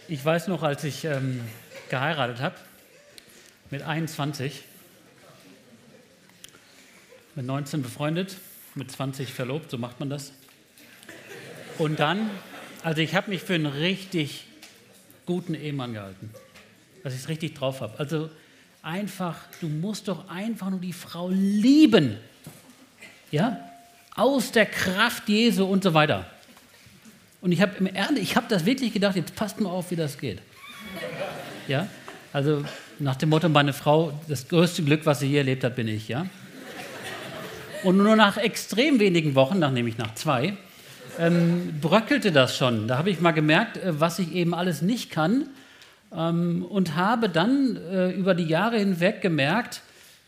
Ich weiß noch, als ich geheiratet habe, mit 21, mit 19 befreundet, mit 20 verlobt, so macht man das. Und dann, also ich habe mich für einen richtig guten Ehemann gehalten, dass ich es richtig drauf habe. Also einfach, du musst doch einfach nur die Frau lieben, ja, aus der Kraft Jesu und so weiter. Und ich habe das wirklich gedacht, jetzt passt mal auf, wie das geht. Ja, also nach dem Motto, meine Frau, das größte Glück, was sie je erlebt hat, bin ich, ja. Und nur nach extrem wenigen Wochen, nämlich nach 2, bröckelte das schon. Da habe ich mal gemerkt, was ich eben alles nicht kann, und habe dann über die Jahre hinweg gemerkt,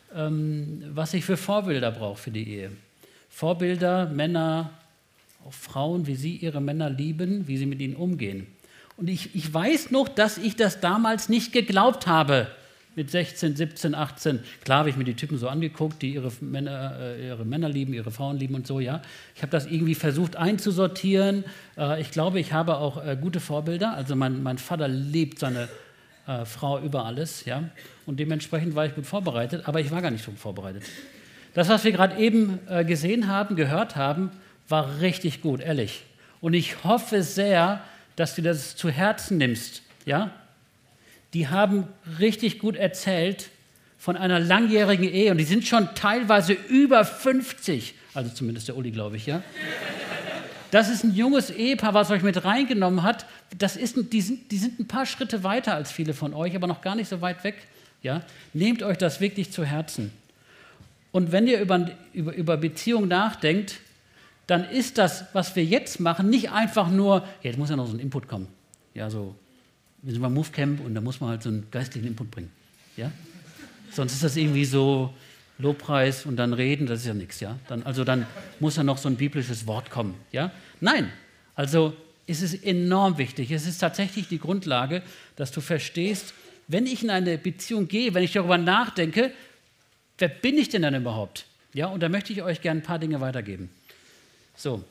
was ich für Vorbilder brauche für die Ehe. Vorbilder, Männer, auch Frauen, wie sie ihre Männer lieben, wie sie mit ihnen umgehen. Und ich weiß noch, dass ich das damals nicht geglaubt habe, mit 16, 17, 18. Klar habe ich mir die Typen so angeguckt, die ihre Männer lieben, ihre Frauen lieben und so, ja. Ich habe das irgendwie versucht einzusortieren. Ich glaube, ich habe auch gute Vorbilder. Also mein Vater liebt seine Frau über alles, ja. Und dementsprechend war ich gut vorbereitet, aber ich war gar nicht so gut vorbereitet. Das, was wir gerade eben gesehen haben, gehört haben, war richtig gut, ehrlich. Und ich hoffe sehr, dass du das zu Herzen nimmst. Ja? Die haben richtig gut erzählt von einer langjährigen Ehe. Und die sind schon teilweise über 50. Also zumindest der Uli, glaube ich. Ja? Das ist ein junges Ehepaar, was euch mit reingenommen hat. Die sind ein paar Schritte weiter als viele von euch, aber noch gar nicht so weit weg. Ja? Nehmt euch das wirklich zu Herzen. Und wenn ihr über Beziehung nachdenkt, dann ist das, was wir jetzt machen, nicht einfach nur, ja, jetzt muss ja noch so ein Input kommen. Ja, so, wir sind beim Movecamp und da muss man halt so einen geistlichen Input bringen. Ja? Sonst ist das irgendwie so Lobpreis und dann reden, das ist ja nichts. Ja? Dann muss ja noch so ein biblisches Wort kommen. Ja? Nein, also es ist enorm wichtig. Es ist tatsächlich die Grundlage, dass du verstehst, wenn ich in eine Beziehung gehe, wenn ich darüber nachdenke, wer bin ich denn dann überhaupt? Ja, und da möchte ich euch gerne ein paar Dinge weitergeben. So,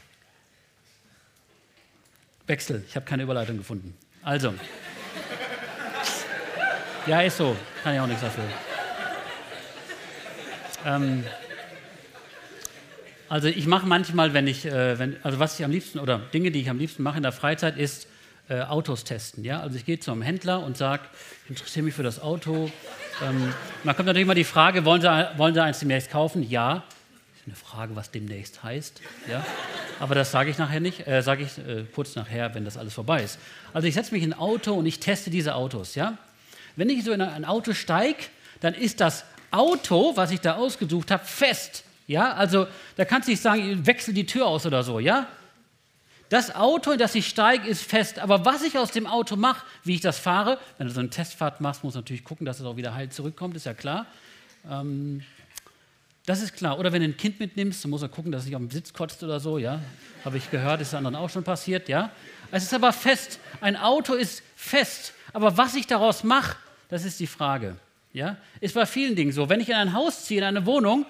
Wechsel, ich habe keine Überleitung gefunden. Also, ja, ist so, kann ich auch nichts dafür. Also ich mache manchmal, was ich am liebsten, oder Dinge, die ich am liebsten mache in der Freizeit, ist Autos testen. Ja? Also ich gehe zu einem Händler und sage, ich interessiere mich für das Auto. Dann kommt natürlich immer die Frage, wollen Sie eins demnächst kaufen? Ja. Eine Frage, was demnächst heißt. Ja? Aber das sage ich nachher nicht, sage ich kurz nachher, wenn das alles vorbei ist. Also ich setze mich in ein Auto und ich teste diese Autos. Ja? Wenn ich so in ein Auto steige, dann ist das Auto, was ich da ausgesucht habe, fest. Ja? Also da kannst du nicht sagen, wechsel die Tür aus oder so. Ja? Das Auto, in das ich steige, ist fest. Aber was ich aus dem Auto mache, wie ich das fahre, wenn du so eine Testfahrt machst, musst du natürlich gucken, dass es auch wieder heil zurückkommt, ist ja klar. Das ist klar. Oder wenn du ein Kind mitnimmst, dann musst du gucken, dass es nicht auf dem Sitz kotzt oder so. Ja? Habe ich gehört, ist anderen auch schon passiert. Ja? Es ist aber fest. Ein Auto ist fest. Aber was ich daraus mache, das ist die Frage. Ja? Ist bei vielen Dingen so. Wenn ich in ein Haus ziehe, in eine Wohnung,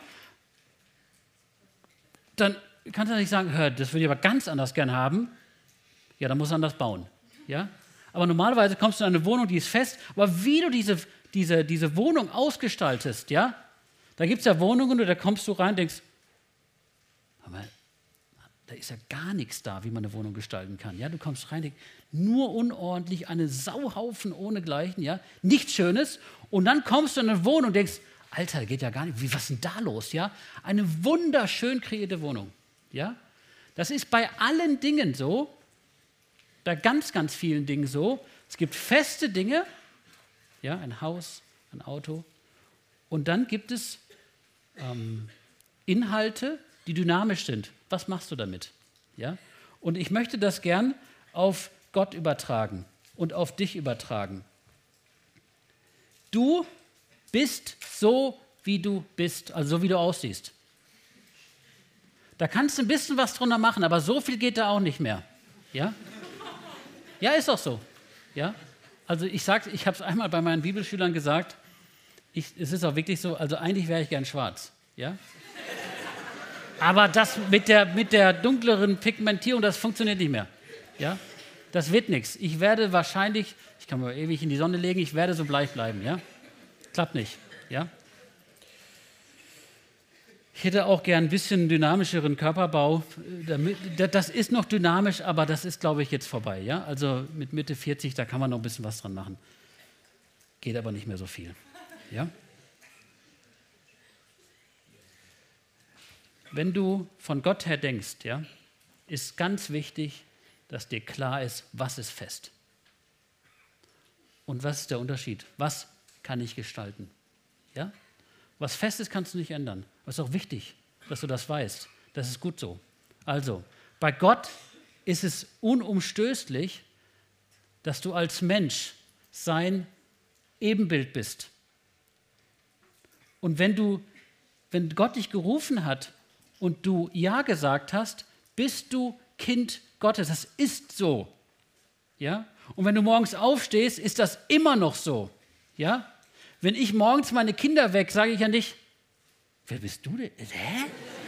dann kannst du nicht sagen, hör, das würde ich aber ganz anders gern haben. Ja, dann musst du anders bauen. Ja? Aber normalerweise kommst du in eine Wohnung, die ist fest. Aber wie du diese Wohnung ausgestaltest, ja? Da gibt es ja Wohnungen, da kommst du rein und denkst, aber da ist ja gar nichts da, wie man eine Wohnung gestalten kann. Ja, du kommst rein, denkst, nur unordentlich, eine Sauhaufen ohnegleichen, ja, nichts Schönes. Und dann kommst du in eine Wohnung und denkst, Alter, geht ja gar nicht, was ist denn da los? Ja? Eine wunderschön kreierte Wohnung. Ja? Das ist bei allen Dingen so, bei ganz, ganz vielen Dingen so. Es gibt feste Dinge, ja, ein Haus, ein Auto. Und dann gibt es Inhalte, die dynamisch sind. Was machst du damit? Ja? Und ich möchte das gern auf Gott übertragen und auf dich übertragen. Du bist so, wie du bist, also so, wie du aussiehst. Da kannst du ein bisschen was drunter machen, aber so viel geht da auch nicht mehr. Ja, ja, ist auch so. Ja? Also ich habe es einmal bei meinen Bibelschülern gesagt, es ist auch wirklich so, also eigentlich wäre ich gern schwarz. Ja? Aber das mit der dunkleren Pigmentierung, das funktioniert nicht mehr. Ja? Das wird nichts. Ich werde wahrscheinlich, ich kann mir ewig in die Sonne legen, ich werde so bleich bleiben, ja? Klappt nicht, ja? Ich hätte auch gern ein bisschen dynamischeren Körperbau. Das ist noch dynamisch, aber das ist, glaube ich, jetzt vorbei, ja? Also mit Mitte 40, da kann man noch ein bisschen was dran machen. Geht aber nicht mehr so viel, ja? Wenn du von Gott her denkst, ja, ist ganz wichtig, dass dir klar ist, was ist fest. Und was ist der Unterschied? Was kann ich gestalten? Ja? Was fest ist, kannst du nicht ändern. Aber es ist auch wichtig, dass du das weißt. Das ist gut so. Also, bei Gott ist es unumstößlich, dass du als Mensch sein Ebenbild bist. Und wenn Gott dich gerufen hat und du Ja gesagt hast, bist du Kind Gottes. Das ist so. Ja? Und wenn du morgens aufstehst, ist das immer noch so. Ja? Wenn ich morgens meine Kinder weg, sage ich ja nicht, wer bist du denn? Hä?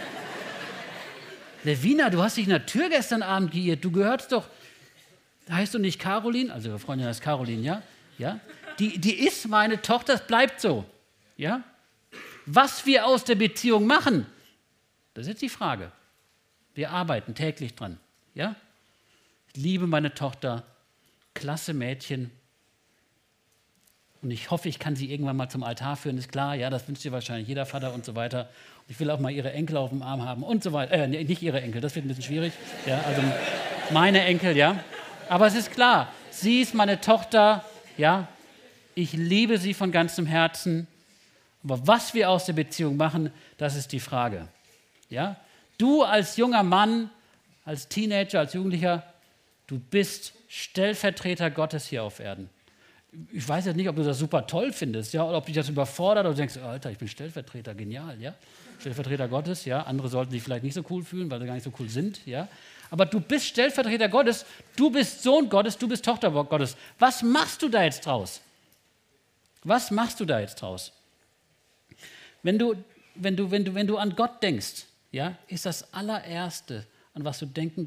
Levina, du hast dich in der Tür gestern Abend geirrt. Du gehörst doch, heißt du nicht Caroline? Also ihre Freundin heißt Caroline, ja? Ja? Die ist meine Tochter, das bleibt so. Ja? Was wir aus der Beziehung machen, das ist jetzt die Frage. Wir arbeiten täglich dran. Ja? Ich liebe meine Tochter, klasse Mädchen. Und ich hoffe, ich kann sie irgendwann mal zum Altar führen, ist klar, ja, das wünscht sich wahrscheinlich jeder Vater und so weiter. Und ich will auch mal ihre Enkel auf dem Arm haben und so weiter. Nicht ihre Enkel, das wird ein bisschen schwierig. Ja, also meine Enkel, ja. Aber es ist klar, sie ist meine Tochter, ja. Ich liebe sie von ganzem Herzen. Aber was wir aus der Beziehung machen, das ist die Frage. Ja? Du als junger Mann, als Teenager, als Jugendlicher, du bist Stellvertreter Gottes hier auf Erden. Ich weiß jetzt nicht, ob du das super toll findest, ja, oder ob dich das überfordert oder du denkst, Alter, ich bin Stellvertreter, genial, ja. Stellvertreter Gottes, ja. Andere sollten sich vielleicht nicht so cool fühlen, weil sie gar nicht so cool sind, ja. Aber du bist Stellvertreter Gottes, du bist Sohn Gottes, du bist Tochter Gottes. Was machst du da jetzt draus? Was machst du da jetzt draus? Wenn du an Gott denkst, ja, ist das allererste, an was du denken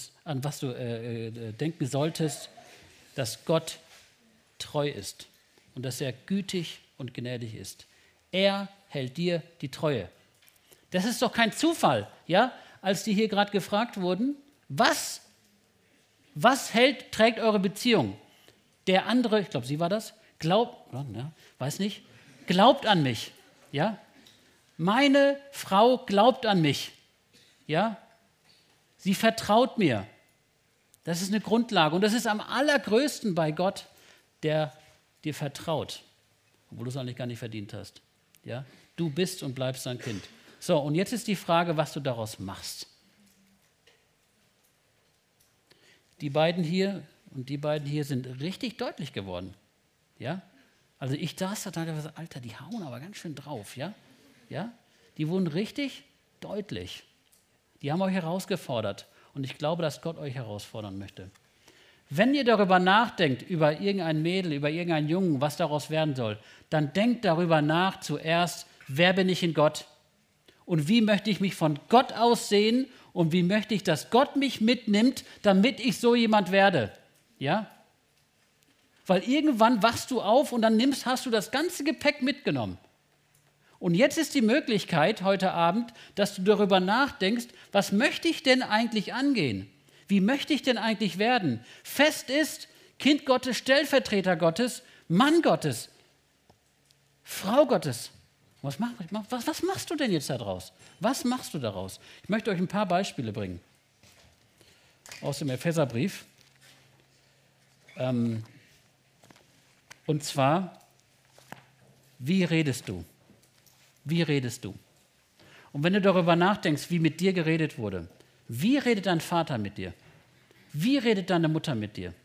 solltest, dass Gott treu ist und dass er gütig und gnädig ist. Er hält dir die Treue. Das ist doch kein Zufall, ja? Als die hier gerade gefragt wurden, was trägt eure Beziehung? Der andere, ich glaube, sie war das, glaubt an mich, ja? Meine Frau glaubt an mich, ja? Sie vertraut mir. Das ist eine Grundlage und das ist am allergrößten bei Gott, der dir vertraut, obwohl du es eigentlich gar nicht verdient hast. Ja? Du bist und bleibst sein Kind. So, und jetzt ist die Frage, was du daraus machst. Die beiden hier sind richtig deutlich geworden. Ja? Also ich saß da und dachte, Alter, die hauen aber ganz schön drauf. Ja? Ja? Die wurden richtig deutlich. Die haben euch herausgefordert. Und ich glaube, dass Gott euch herausfordern möchte. Wenn ihr darüber nachdenkt, über irgendein Mädel, über irgendeinen Jungen, was daraus werden soll, dann denkt darüber nach zuerst, wer bin ich in Gott? Und wie möchte ich mich von Gott aus sehen? Und wie möchte ich, dass Gott mich mitnimmt, damit ich so jemand werde? Ja? Weil irgendwann wachst du auf und dann hast du das ganze Gepäck mitgenommen. Und jetzt ist die Möglichkeit heute Abend, dass du darüber nachdenkst, was möchte ich denn eigentlich angehen? Wie möchte ich denn eigentlich werden? Fest ist, Kind Gottes, Stellvertreter Gottes, Mann Gottes, Frau Gottes. Was machst du denn jetzt daraus? Was machst du daraus? Ich möchte euch ein paar Beispiele bringen aus dem Epheserbrief. Und zwar, wie redest du? Wie redest du? Und wenn du darüber nachdenkst, wie mit dir geredet wurde, wie redet dein Vater mit dir? Wie redet deine Mutter mit dir?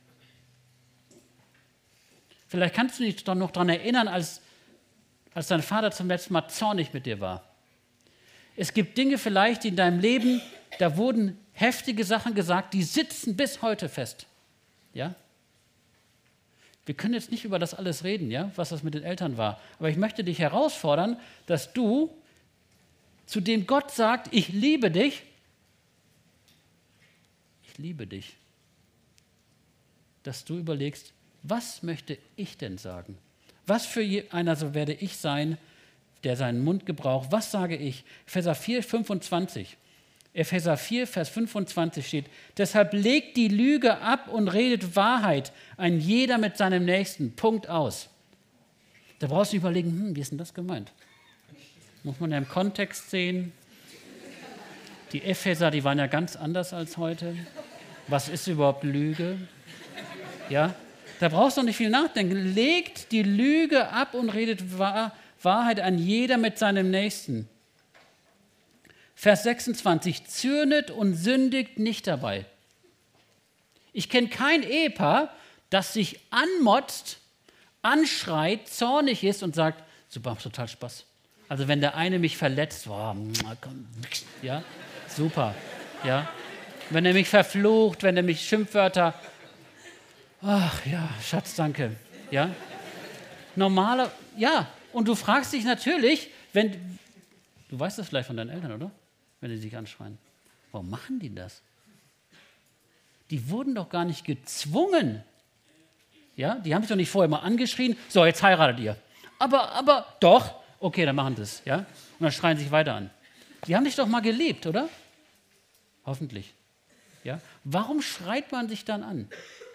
Vielleicht kannst du dich doch noch daran erinnern, als dein Vater zum letzten Mal zornig mit dir war. Es gibt Dinge vielleicht in deinem Leben, da wurden heftige Sachen gesagt, die sitzen bis heute fest. Ja? Wir können jetzt nicht über das alles reden, ja, was das mit den Eltern war. Aber ich möchte dich herausfordern, dass du, zu dem Gott sagt, ich liebe dich, dass du überlegst, was möchte ich denn sagen? Was für einer so werde ich sein, der seinen Mund gebraucht? Was sage ich? Epheser 4, 25. Epheser 4, Vers 25 steht, deshalb legt die Lüge ab und redet Wahrheit, ein jeder mit seinem Nächsten. Punkt aus. Da brauchst du überlegen, wie ist denn das gemeint? Muss man ja im Kontext sehen. Die Epheser, die waren ja ganz anders als heute. Was ist überhaupt Lüge? Ja, da brauchst du nicht viel nachdenken. Legt die Lüge ab und redet Wahrheit an jeder mit seinem Nächsten. Vers 26, zürnet und sündigt nicht dabei. Ich kenne kein Ehepaar, das sich anmotzt, anschreit, zornig ist und sagt, super, macht total Spaß. Also wenn der eine mich verletzt, ja, super, ja. Wenn er mich verflucht, wenn er mich Schimpfwörter, ach ja, Schatz, danke, ja. Normaler, ja, und du fragst dich natürlich, du weißt das vielleicht von deinen Eltern, oder? Wenn die sich anschreien. Warum machen die das? Die wurden doch gar nicht gezwungen. Ja, die haben sich doch nicht vorher mal angeschrien, so, jetzt heiratet ihr. Aber, doch, okay, dann machen sie es, ja. Und dann schreien sie sich weiter an. Die haben dich doch mal geliebt, oder? Hoffentlich. Ja? Warum schreit man sich dann an?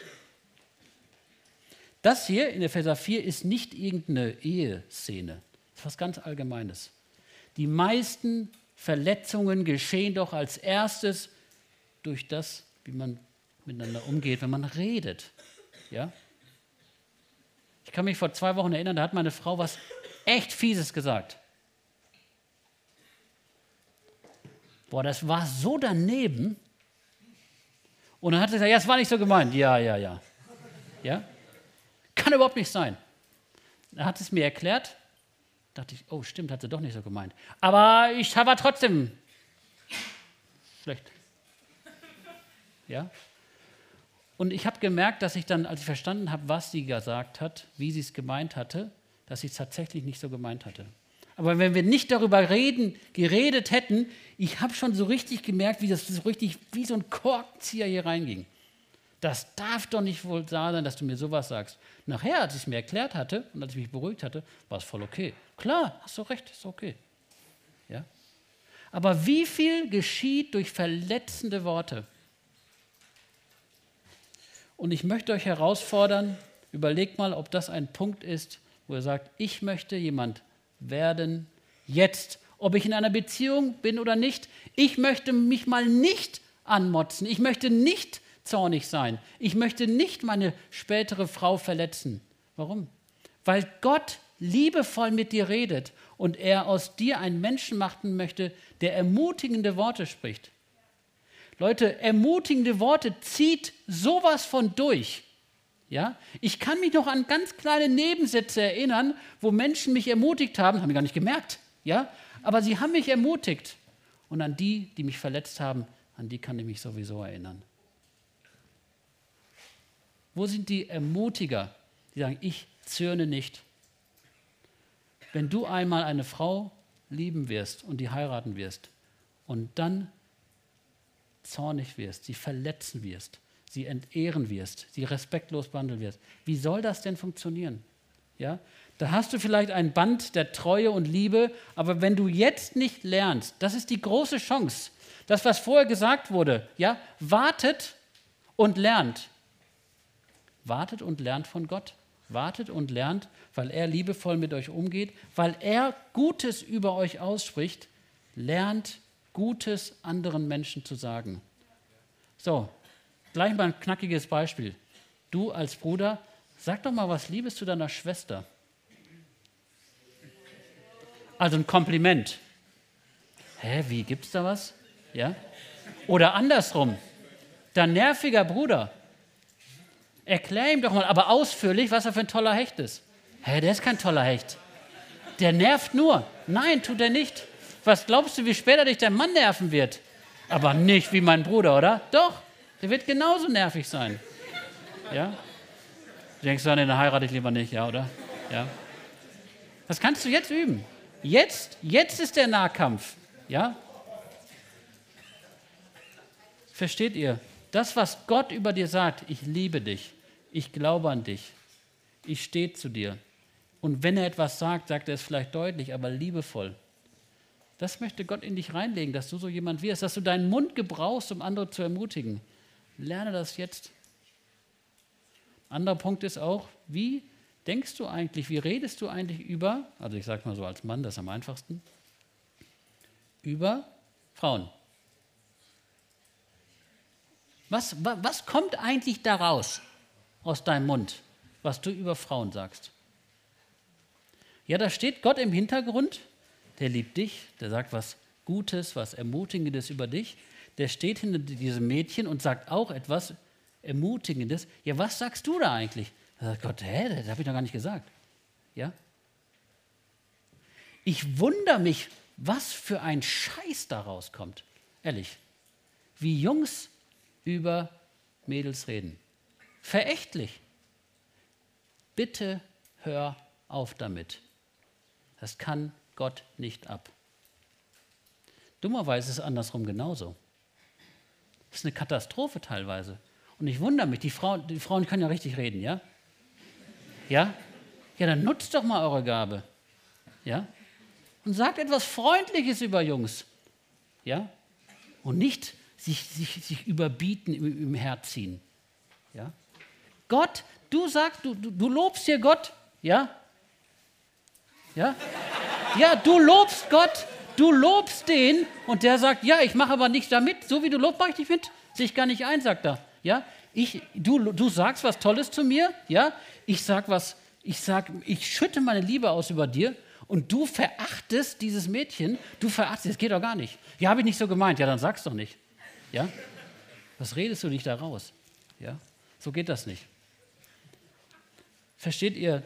Das hier in Epheser 4 ist nicht irgendeine Eheszene. Das ist was ganz Allgemeines. Die meisten Verletzungen geschehen doch als erstes durch das, wie man miteinander umgeht, wenn man redet. Ja? Ich kann mich vor 2 Wochen erinnern, da hat meine Frau was echt Fieses gesagt. Boah, das war so daneben. Und dann hat sie gesagt, ja, das war nicht so gemeint. Ja. Ja? Kann überhaupt nicht sein. Dann hat sie es mir erklärt. Dachte ich, oh stimmt, hat sie doch nicht so gemeint. Aber ich war trotzdem schlecht. Ja? Und ich habe gemerkt, dass ich dann, als ich verstanden habe, was sie gesagt hat, wie sie es gemeint hatte, dass sie es tatsächlich nicht so gemeint hatte. Aber wenn wir nicht darüber geredet hätten, ich habe schon so richtig gemerkt, wie das so richtig wie so ein Korkenzieher hier reinging. Das darf doch nicht wohl sein, dass du mir sowas sagst. Nachher, als ich es mir erklärt hatte und als ich mich beruhigt hatte, war es voll okay. Klar, hast du recht, ist okay. Ja? Aber wie viel geschieht durch verletzende Worte? Und ich möchte euch herausfordern, überlegt mal, ob das ein Punkt ist, wo ihr sagt, ich möchte jemand werden, jetzt, ob ich in einer Beziehung bin oder nicht. Ich möchte mich mal nicht anmotzen. Ich möchte nicht zornig sein. Ich möchte nicht meine spätere Frau verletzen. Warum? Weil Gott liebevoll mit dir redet und er aus dir einen Menschen machen möchte, der ermutigende Worte spricht. Leute, ermutigende Worte zieht sowas von durch. Ja? Ich kann mich noch an ganz kleine Nebensätze erinnern, wo Menschen mich ermutigt haben, haben ich gar nicht gemerkt. Ja? Aber sie haben mich ermutigt. Und an die, die mich verletzt haben, an die kann ich mich sowieso erinnern. Wo sind die Ermutiger, die sagen, ich zürne nicht? Wenn du einmal eine Frau lieben wirst und die heiraten wirst und dann zornig wirst, sie verletzen wirst, sie entehren wirst, sie respektlos behandeln wirst, wie soll das denn funktionieren? Ja? Da hast du vielleicht ein Band der Treue und Liebe, aber wenn du jetzt nicht lernst, das ist die große Chance, das, was vorher gesagt wurde, ja, wartet und lernt. Wartet und lernt von Gott. Wartet und lernt, weil er liebevoll mit euch umgeht, weil er Gutes über euch ausspricht. Lernt Gutes anderen Menschen zu sagen. So, gleich mal ein knackiges Beispiel. Du als Bruder, sag doch mal was Liebes zu deiner Schwester. Also ein Kompliment. Wie, gibt's da was? Ja? Oder andersrum. Dein nerviger Bruder. Erklär ihm doch mal, aber ausführlich, was er für ein toller Hecht ist. Der ist kein toller Hecht. Der nervt nur. Nein, tut er nicht. Was glaubst du, wie später dich dein Mann nerven wird? Aber nicht wie mein Bruder, oder? Doch, der wird genauso nervig sein. Ja? Du denkst, dann heirate ich lieber nicht, ja, oder? Ja. Das kannst du jetzt üben. Jetzt ist der Nahkampf. Ja? Versteht ihr? Das, was Gott über dir sagt, ich liebe dich, ich glaube an dich, ich stehe zu dir. Und wenn er etwas sagt, sagt er es vielleicht deutlich, aber liebevoll. Das möchte Gott in dich reinlegen, dass du so jemand wirst, dass du deinen Mund gebrauchst, um andere zu ermutigen. Lerne das jetzt. Anderer Punkt ist auch, wie denkst du eigentlich, wie redest du eigentlich über, also ich sage mal so als Mann, das ist am einfachsten, über Frauen. Was kommt eigentlich daraus, aus deinem Mund, was du über Frauen sagst? Ja, da steht Gott im Hintergrund, der liebt dich, der sagt was Gutes, was Ermutigendes über dich. Der steht hinter diesem Mädchen und sagt auch etwas Ermutigendes. Ja, was sagst du da eigentlich? Da sagt Gott, das habe ich doch gar nicht gesagt. Ja? Ich wundere mich, was für ein Scheiß da rauskommt. Ehrlich. Wie Jungs über Mädels reden. Verächtlich. Bitte hör auf damit. Das kann Gott nicht ab. Dummerweise ist es andersrum genauso. Das ist eine Katastrophe teilweise. Und ich wundere mich, die Frauen können ja richtig reden, ja? Ja? Ja, dann nutzt doch mal eure Gabe. Ja? Und sagt etwas Freundliches über Jungs. Ja? Und nicht sich überbieten, im Herz ziehen. Ja? Gott, du sagst, du lobst hier Gott. Ja? Ja? Ja, du lobst Gott, du lobst den und der sagt, ja, ich mache aber nichts damit, so wie du lobst, mache ich nicht mit, sehe ich gar nicht ein, sagt er. Ja? Du sagst was Tolles zu mir, ja? Ich schütte meine Liebe aus über dir und du verachtest dieses Mädchen, das geht doch gar nicht. Ja, habe ich nicht so gemeint, ja, dann sag's doch nicht. Ja? Was redest du dich da raus? Ja? So geht das nicht. Versteht ihr?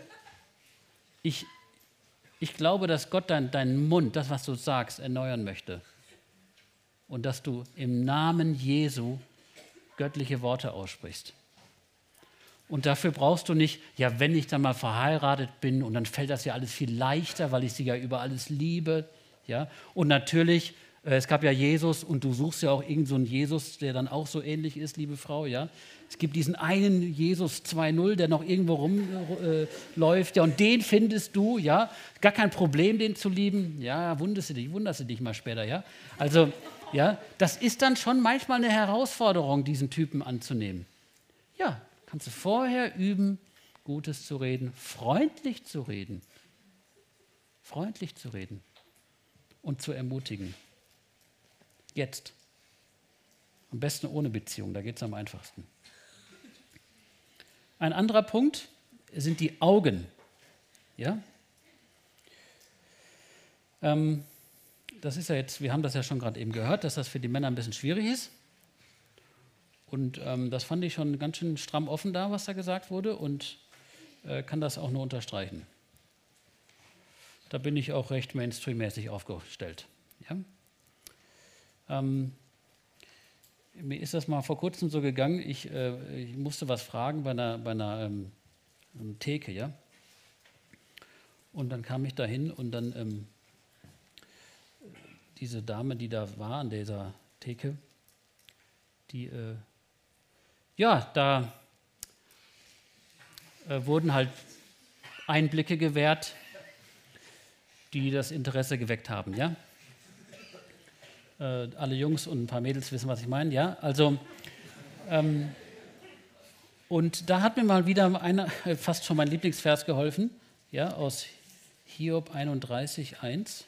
Ich glaube, dass Gott deinen Mund, das, was du sagst, erneuern möchte. Und dass du im Namen Jesu göttliche Worte aussprichst. Und dafür brauchst du nicht, ja, wenn ich dann mal verheiratet bin und dann fällt das ja alles viel leichter, weil ich sie ja über alles liebe. Ja? Und natürlich, es gab ja Jesus und du suchst ja auch irgend so einen Jesus, der dann auch so ähnlich ist, liebe Frau. Ja? Es gibt diesen einen Jesus 2.0, der noch irgendwo rumläuft, ja, und den findest du, ja, gar kein Problem, den zu lieben. Ja, wunderst du dich mal später, ja. Also, ja, das ist dann schon manchmal eine Herausforderung, diesen Typen anzunehmen. Ja, kannst du vorher üben, Gutes zu reden, freundlich zu reden und zu ermutigen. Jetzt. Am besten ohne Beziehung, da geht es am einfachsten. Ein anderer Punkt sind die Augen. Ja? Das ist ja jetzt, wir haben das ja schon gerade eben gehört, dass das für die Männer ein bisschen schwierig ist. Und das fand ich schon ganz schön stramm offen da, was da gesagt wurde, und kann das auch nur unterstreichen. Da bin ich auch recht mainstream-mäßig aufgestellt. Ja? Mir ist das mal vor kurzem so gegangen, ich musste was fragen bei einer Theke, ja. Und dann kam ich da hin und dann diese Dame, die da war an dieser Theke, die, da wurden halt Einblicke gewährt, die das Interesse geweckt haben, ja. Alle Jungs und ein paar Mädels wissen, was ich meine, ja. Also, und da hat mir mal wieder fast schon mein Lieblingsvers geholfen, ja, aus Hiob 31,1.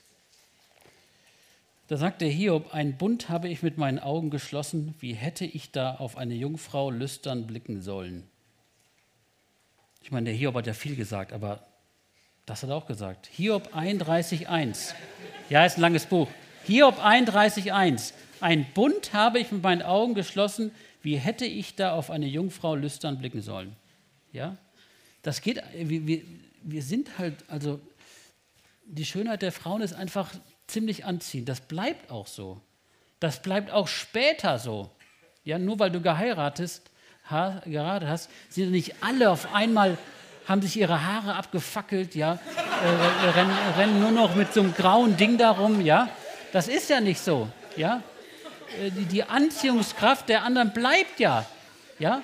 Da sagt der Hiob, einen Bund habe ich mit meinen Augen geschlossen, wie hätte ich da auf eine Jungfrau lüstern blicken sollen. Ich meine, der Hiob hat ja viel gesagt, aber das hat er auch gesagt. Hiob 31,1. Ja, ist ein langes Buch. Hiob 31,1. Ein Bund habe ich mit meinen Augen geschlossen, wie hätte ich da auf eine Jungfrau lüstern blicken sollen. Ja, das geht, wir sind halt, also die Schönheit der Frauen ist einfach ziemlich anziehend. Das bleibt auch so. Das bleibt auch später so. Ja, nur weil du geheiratet hast, sind nicht alle auf einmal, haben sich ihre Haare abgefackelt, ja, rennen nur noch mit so einem grauen Ding darum, ja. Das ist ja nicht so, ja. Die Anziehungskraft der anderen bleibt ja, ja.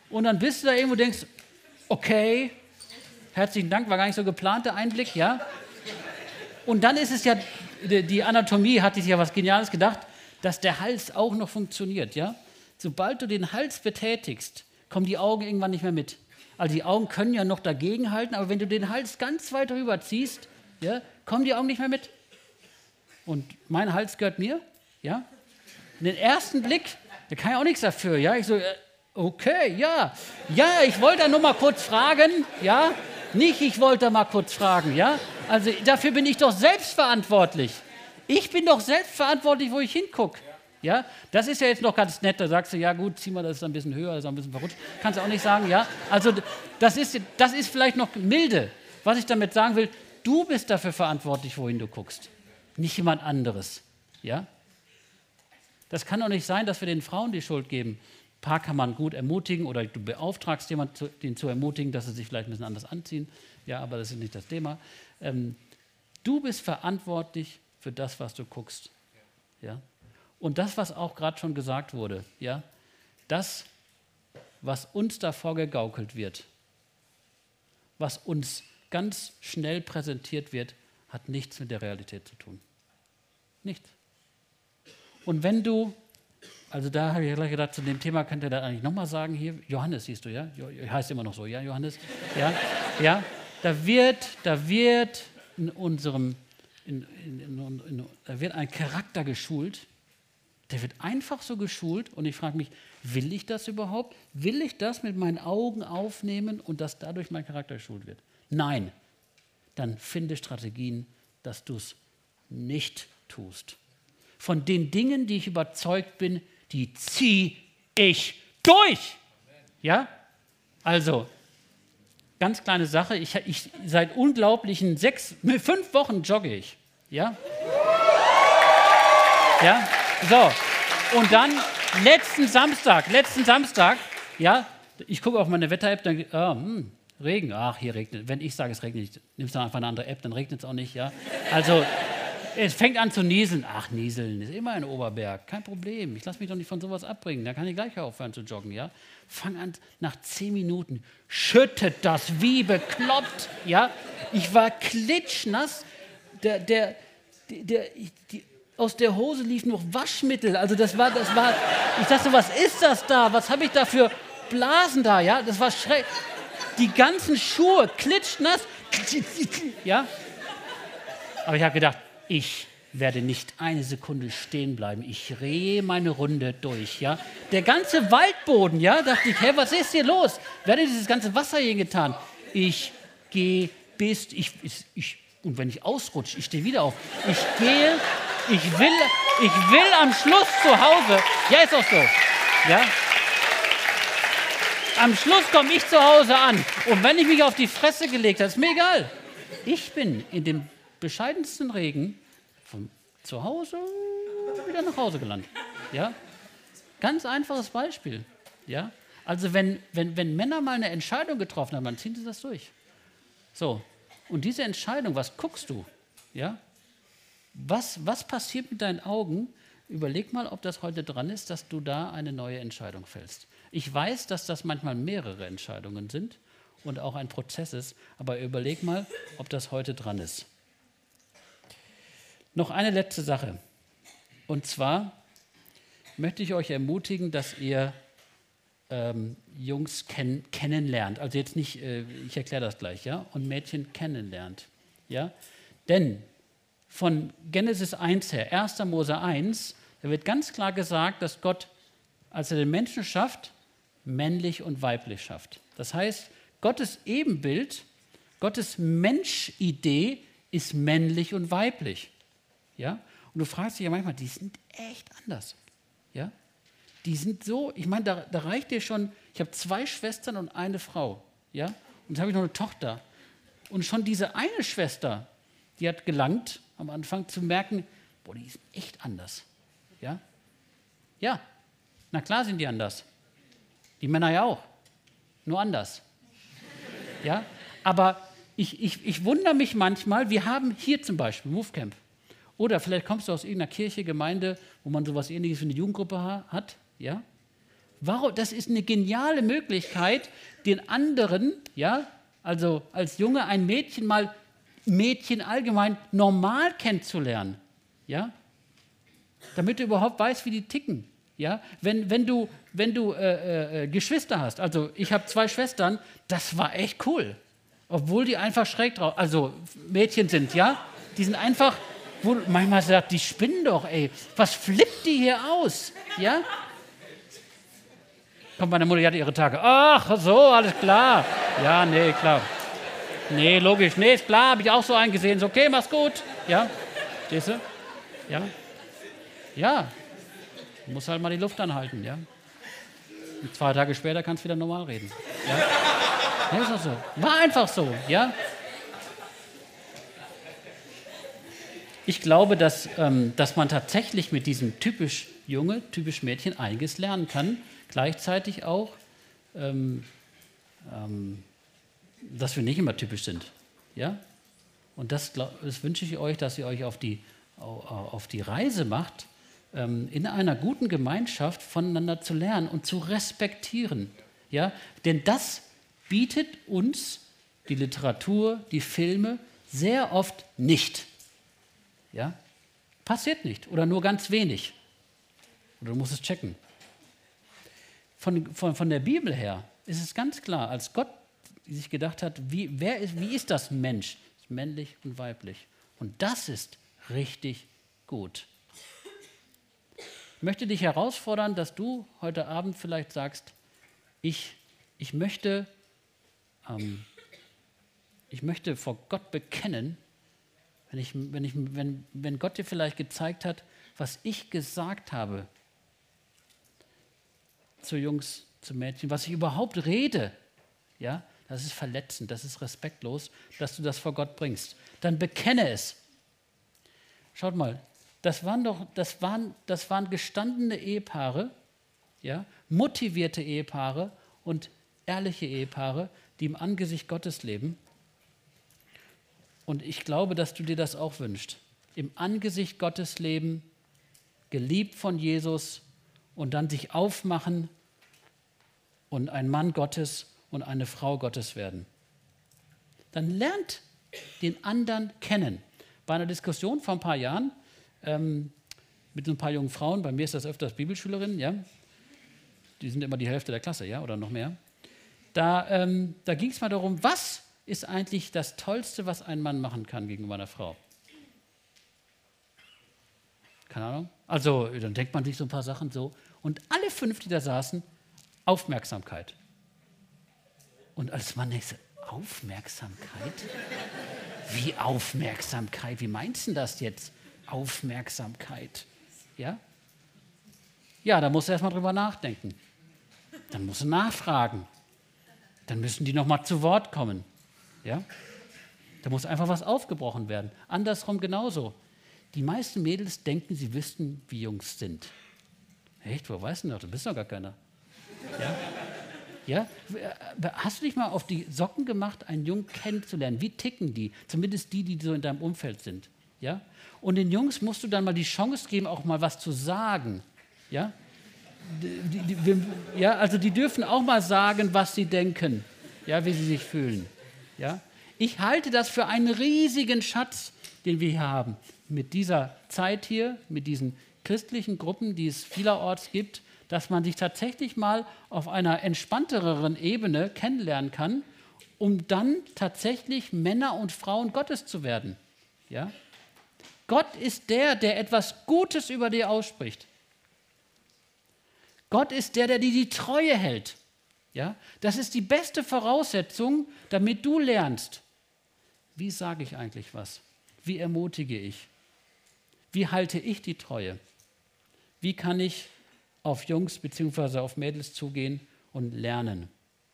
Und dann bist du da irgendwo und denkst, okay, herzlichen Dank, war gar nicht so geplant, der Einblick, ja. Und dann ist es ja, die Anatomie hat sich ja was Geniales gedacht, dass der Hals auch noch funktioniert, ja. Sobald du den Hals betätigst, kommen die Augen irgendwann nicht mehr mit. Also die Augen können ja noch dagegenhalten, aber wenn du den Hals ganz weit rüberziehst, ja, kommen die Augen nicht mehr mit. Und mein Hals gehört mir, ja. Den ersten Blick, da kann ich auch nichts dafür, ja. Ich so, okay, ja, ich wollte da nur mal kurz fragen, ja. Nicht, ich wollte mal kurz fragen, ja. Also dafür bin ich doch selbst verantwortlich. Ich bin doch selbst verantwortlich, wo ich hingucke. Ja, das ist ja jetzt noch ganz nett, da sagst du, ja gut, zieh mal, das ist ein bisschen höher, das ist ein bisschen verrutscht. Kannst du auch nicht sagen, ja. Also das ist vielleicht noch milde. Was ich damit sagen will, du bist dafür verantwortlich, wohin du guckst. Nicht jemand anderes, ja. Das kann doch nicht sein, dass wir den Frauen die Schuld geben. Ein paar kann man gut ermutigen oder du beauftragst jemanden, den zu ermutigen, dass sie sich vielleicht ein bisschen anders anziehen. Ja, aber das ist nicht das Thema. Du bist verantwortlich für das, was du guckst. Ja? Und das, was auch gerade schon gesagt wurde, ja? Das, was uns da vorgegaukelt wird, was uns ganz schnell präsentiert wird, hat nichts mit der Realität zu tun. Nichts. Und wenn du, also da habe ich gleich gedacht, zu dem Thema könnt ihr da eigentlich nochmal sagen, hier, Johannes siehst du, ja? Heißt immer noch so, ja, Johannes? Ja, ja. Da wird in unserem, da wird ein Charakter geschult, der wird einfach so geschult und ich frage mich, will ich das überhaupt? Will ich das mit meinen Augen aufnehmen und dass dadurch mein Charakter geschult wird? Nein. Dann finde Strategien, dass du es nicht tust. Von den Dingen, die ich überzeugt bin, die ziehe ich durch. Ja? Also, ganz kleine Sache, ich seit unglaublichen 5 Wochen jogge ich. Ja? Ja? So, und dann letzten Samstag, ja, ich gucke auf meine Wetter-App, dann Regen, ach, hier regnet. Wenn ich sage, es regnet nicht, nimmst du einfach eine andere App, dann regnet es auch nicht, ja. Also, es fängt an zu nieseln. Ach, nieseln ist immer ein Oberberg, kein Problem. Ich lasse mich doch nicht von sowas abbringen, da kann ich gleich aufhören zu joggen, ja. Fang an, nach 10 Minuten schüttet das wie bekloppt, ja. Ich war klitschnass, aus der Hose lief noch Waschmittel, also das war, ich dachte, was ist das da, was habe ich da für Blasen da, ja, das war schrecklich. Die ganzen Schuhe klitschnass, ja. Aber ich habe gedacht, ich werde nicht eine Sekunde stehen bleiben. Ich drehe meine Runde durch, ja. Der ganze Waldboden, ja, dachte ich, was ist hier los? Wer hat denn dieses ganze Wasser hier getan? Ich gehe und wenn ich ausrutsche, ich stehe wieder auf. Ich will am Schluss zu Hause. Ja, ist auch so. Ja. Am Schluss komme ich zu Hause an. Und wenn ich mich auf die Fresse gelegt habe, ist mir egal. Ich bin in dem bescheidensten Regen von zu Hause wieder nach Hause gelandet. Ja? Ganz einfaches Beispiel. Ja? Also wenn Männer mal eine Entscheidung getroffen haben, dann ziehen sie das durch. So. Und diese Entscheidung, was guckst du? Ja? Was passiert mit deinen Augen? Überleg mal, ob das heute dran ist, dass du da eine neue Entscheidung fällst. Ich weiß, dass das manchmal mehrere Entscheidungen sind und auch ein Prozess ist, aber überleg mal, ob das heute dran ist. Noch eine letzte Sache. Und zwar möchte ich euch ermutigen, dass ihr Jungs kennenlernt. Also jetzt nicht, ich erkläre das gleich, ja, und Mädchen kennenlernt. Ja? Denn von Genesis 1 her, 1. Mose 1, da wird ganz klar gesagt, dass Gott, als er den Menschen schafft, männlich und weiblich schafft. Das heißt, Gottes Ebenbild, Gottes Menschidee ist männlich und weiblich. Ja? Und du fragst dich ja manchmal, die sind echt anders. Ja? Die sind so, ich meine, da reicht dir schon, ich habe 2 Schwestern und eine Frau. Ja? Und jetzt habe ich noch eine Tochter. Und schon diese eine Schwester, die hat gelangt, am Anfang zu merken, boah, die ist echt anders. Ja? Ja, na klar sind die anders. Die Männer ja auch, nur anders. Ja? Aber ich wundere mich manchmal, wir haben hier zum Beispiel Movecamp. Oder vielleicht kommst du aus irgendeiner Kirche, Gemeinde, wo man sowas Ähnliches wie eine Jugendgruppe hat. Ja? Warum? Das ist eine geniale Möglichkeit, den anderen, ja, also als Junge ein Mädchen mal, Mädchen allgemein normal kennenzulernen, ja, damit du überhaupt weißt, wie die ticken, ja. Wenn du Geschwister hast, also ich habe 2 Schwestern, das war echt cool, obwohl die einfach schräg drauf, also Mädchen sind, ja, die sind einfach, wo manchmal sagt, die spinnen doch, ey, was flippt die hier aus, ja. Kommt meine Mutter, die hatte ihre Tage. Ach, so, alles klar. Ja, nee, klar. Nee, logisch. Nee, ist klar, habe ich auch so eingesehen. Ist okay, mach's gut. Ja, siehst du? Ja. Ja. Du musst halt mal die Luft anhalten, ja. Und 2 Tage später kannst du wieder normal reden. Ja, ja, ist doch so. War einfach so, ja. Ich glaube, dass man tatsächlich mit diesem typisch Junge, typisch Mädchen einiges lernen kann. Gleichzeitig auch, dass wir nicht immer typisch sind. Ja? Und das wünsche ich euch, dass ihr euch auf die Reise macht, in einer guten Gemeinschaft voneinander zu lernen und zu respektieren. Ja? Denn das bietet uns die Literatur, die Filme sehr oft nicht. Ja? Passiert nicht oder nur ganz wenig. Oder du musst es checken. Von der Bibel her ist es ganz klar, als Gott sich gedacht hat, wie ist das Mensch? Ist männlich und weiblich. Und das ist richtig gut. Ich möchte dich herausfordern, dass du heute Abend vielleicht sagst, ich möchte vor Gott bekennen, wenn Gott dir vielleicht gezeigt hat, was ich gesagt habe, zu Jungs, zu Mädchen, was ich überhaupt rede, ja, das ist verletzend, das ist respektlos, dass du das vor Gott bringst. Dann bekenne es. Schaut mal, das waren gestandene Ehepaare, ja, motivierte Ehepaare und ehrliche Ehepaare, die im Angesicht Gottes leben. Und ich glaube, dass du dir das auch wünschst. Im Angesicht Gottes leben, geliebt von Jesus und dann sich aufmachen und ein Mann Gottes und eine Frau Gottes werden. Dann lernt den anderen kennen. Bei einer Diskussion vor ein paar Jahren mit ein paar jungen Frauen, bei mir ist das öfters Bibelschülerinnen, ja, die sind immer die Hälfte der Klasse, ja, oder noch mehr. Da ging es mal darum, was ist eigentlich das Tollste, was ein Mann machen kann gegenüber einer Frau? Keine Ahnung. Also, dann denkt man sich so ein paar Sachen so. Und alle 5, die da saßen, Aufmerksamkeit. Und als Mann denkst du, Aufmerksamkeit? Wie Aufmerksamkeit? Wie meinst du das jetzt? Aufmerksamkeit. Ja? Ja, da musst du erstmal drüber nachdenken. Dann musst du nachfragen. Dann müssen die nochmal zu Wort kommen. Ja? Da muss einfach was aufgebrochen werden. Andersrum genauso. Die meisten Mädels denken, sie wüssten, wie Jungs sind. Echt? Wo weißt du noch? Du bist doch gar keiner. Ja? Ja? Hast du dich mal auf die Socken gemacht, einen Jungen kennenzulernen? Wie ticken die? Zumindest die so in deinem Umfeld sind. Ja? Und den Jungs musst du dann mal die Chance geben, auch mal was zu sagen. Ja? Also die dürfen auch mal sagen, was sie denken, ja, wie sie sich fühlen. Ja? Ich halte das für einen riesigen Schatz, den wir hier haben. Mit dieser Zeit hier, mit diesen christlichen Gruppen, die es vielerorts gibt, dass man sich tatsächlich mal auf einer entspannteren Ebene kennenlernen kann, um dann tatsächlich Männer und Frauen Gottes zu werden. Ja? Gott ist der etwas Gutes über dir ausspricht. Gott ist der dir die Treue hält. Ja? Das ist die beste Voraussetzung, damit du lernst. Wie sage ich eigentlich was? Wie ermutige ich? Wie halte ich die Treue? Wie kann ich auf Jungs bzw. auf Mädels zugehen und lernen?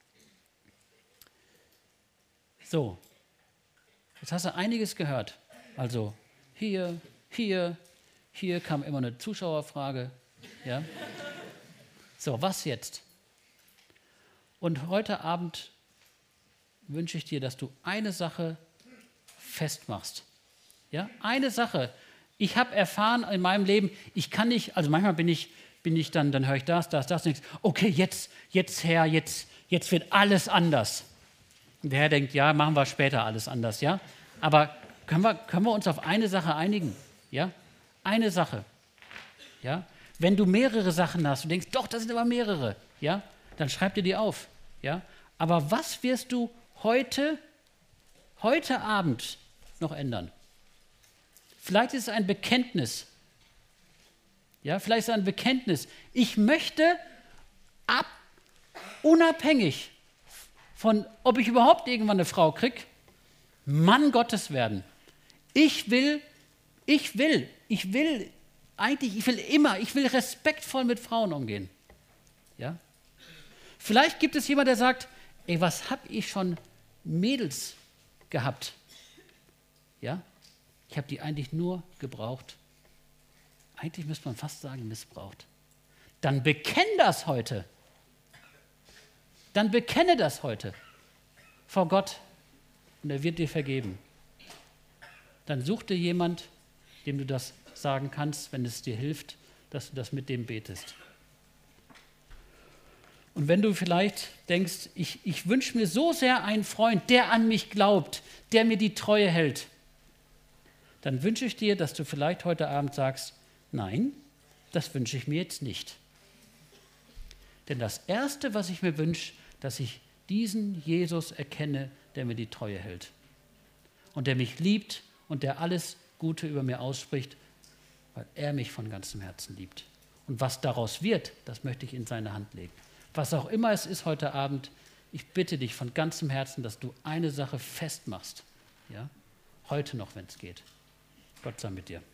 So, jetzt hast du einiges gehört. Also hier kam immer eine Zuschauerfrage. Ja? So, was jetzt? Und heute Abend wünsche ich dir, dass du eine Sache festmachst. Ja, eine Sache. Ich habe erfahren in meinem Leben, ich kann nicht, also manchmal bin ich bin ich dann höre ich das, und denkst, okay, jetzt Herr, jetzt wird alles anders. Und der Herr denkt, ja, machen wir später alles anders, ja. Aber können wir uns auf eine Sache einigen, ja? Eine Sache, ja. Wenn du mehrere Sachen hast, du denkst, doch, das sind aber mehrere, ja, dann schreib dir die auf, ja. Aber was wirst du heute Abend noch ändern? Vielleicht ist es ein Bekenntnis. Ja, vielleicht ist es ein Bekenntnis. Ich möchte unabhängig von, ob ich überhaupt irgendwann eine Frau kriege, Mann Gottes werden. Ich will respektvoll mit Frauen umgehen. Ja? Vielleicht gibt es jemanden, der sagt, ey, was habe ich schon Mädels gehabt? Ja? Ich habe die eigentlich nur gebraucht. Eigentlich müsste man fast sagen, missbraucht. Dann bekenn das heute. Dann bekenne das heute vor Gott und er wird dir vergeben. Dann such dir jemand, dem du das sagen kannst, wenn es dir hilft, dass du das mit dem betest. Und wenn du vielleicht denkst, ich wünsche mir so sehr einen Freund, der an mich glaubt, der mir die Treue hält, dann wünsche ich dir, dass du vielleicht heute Abend sagst, nein, das wünsche ich mir jetzt nicht. Denn das Erste, was ich mir wünsche, dass ich diesen Jesus erkenne, der mir die Treue hält und der mich liebt und der alles Gute über mir ausspricht, weil er mich von ganzem Herzen liebt. Und was daraus wird, das möchte ich in seine Hand legen. Was auch immer es ist heute Abend, ich bitte dich von ganzem Herzen, dass du eine Sache festmachst. Ja? Heute noch, wenn es geht. Gott sei mit dir.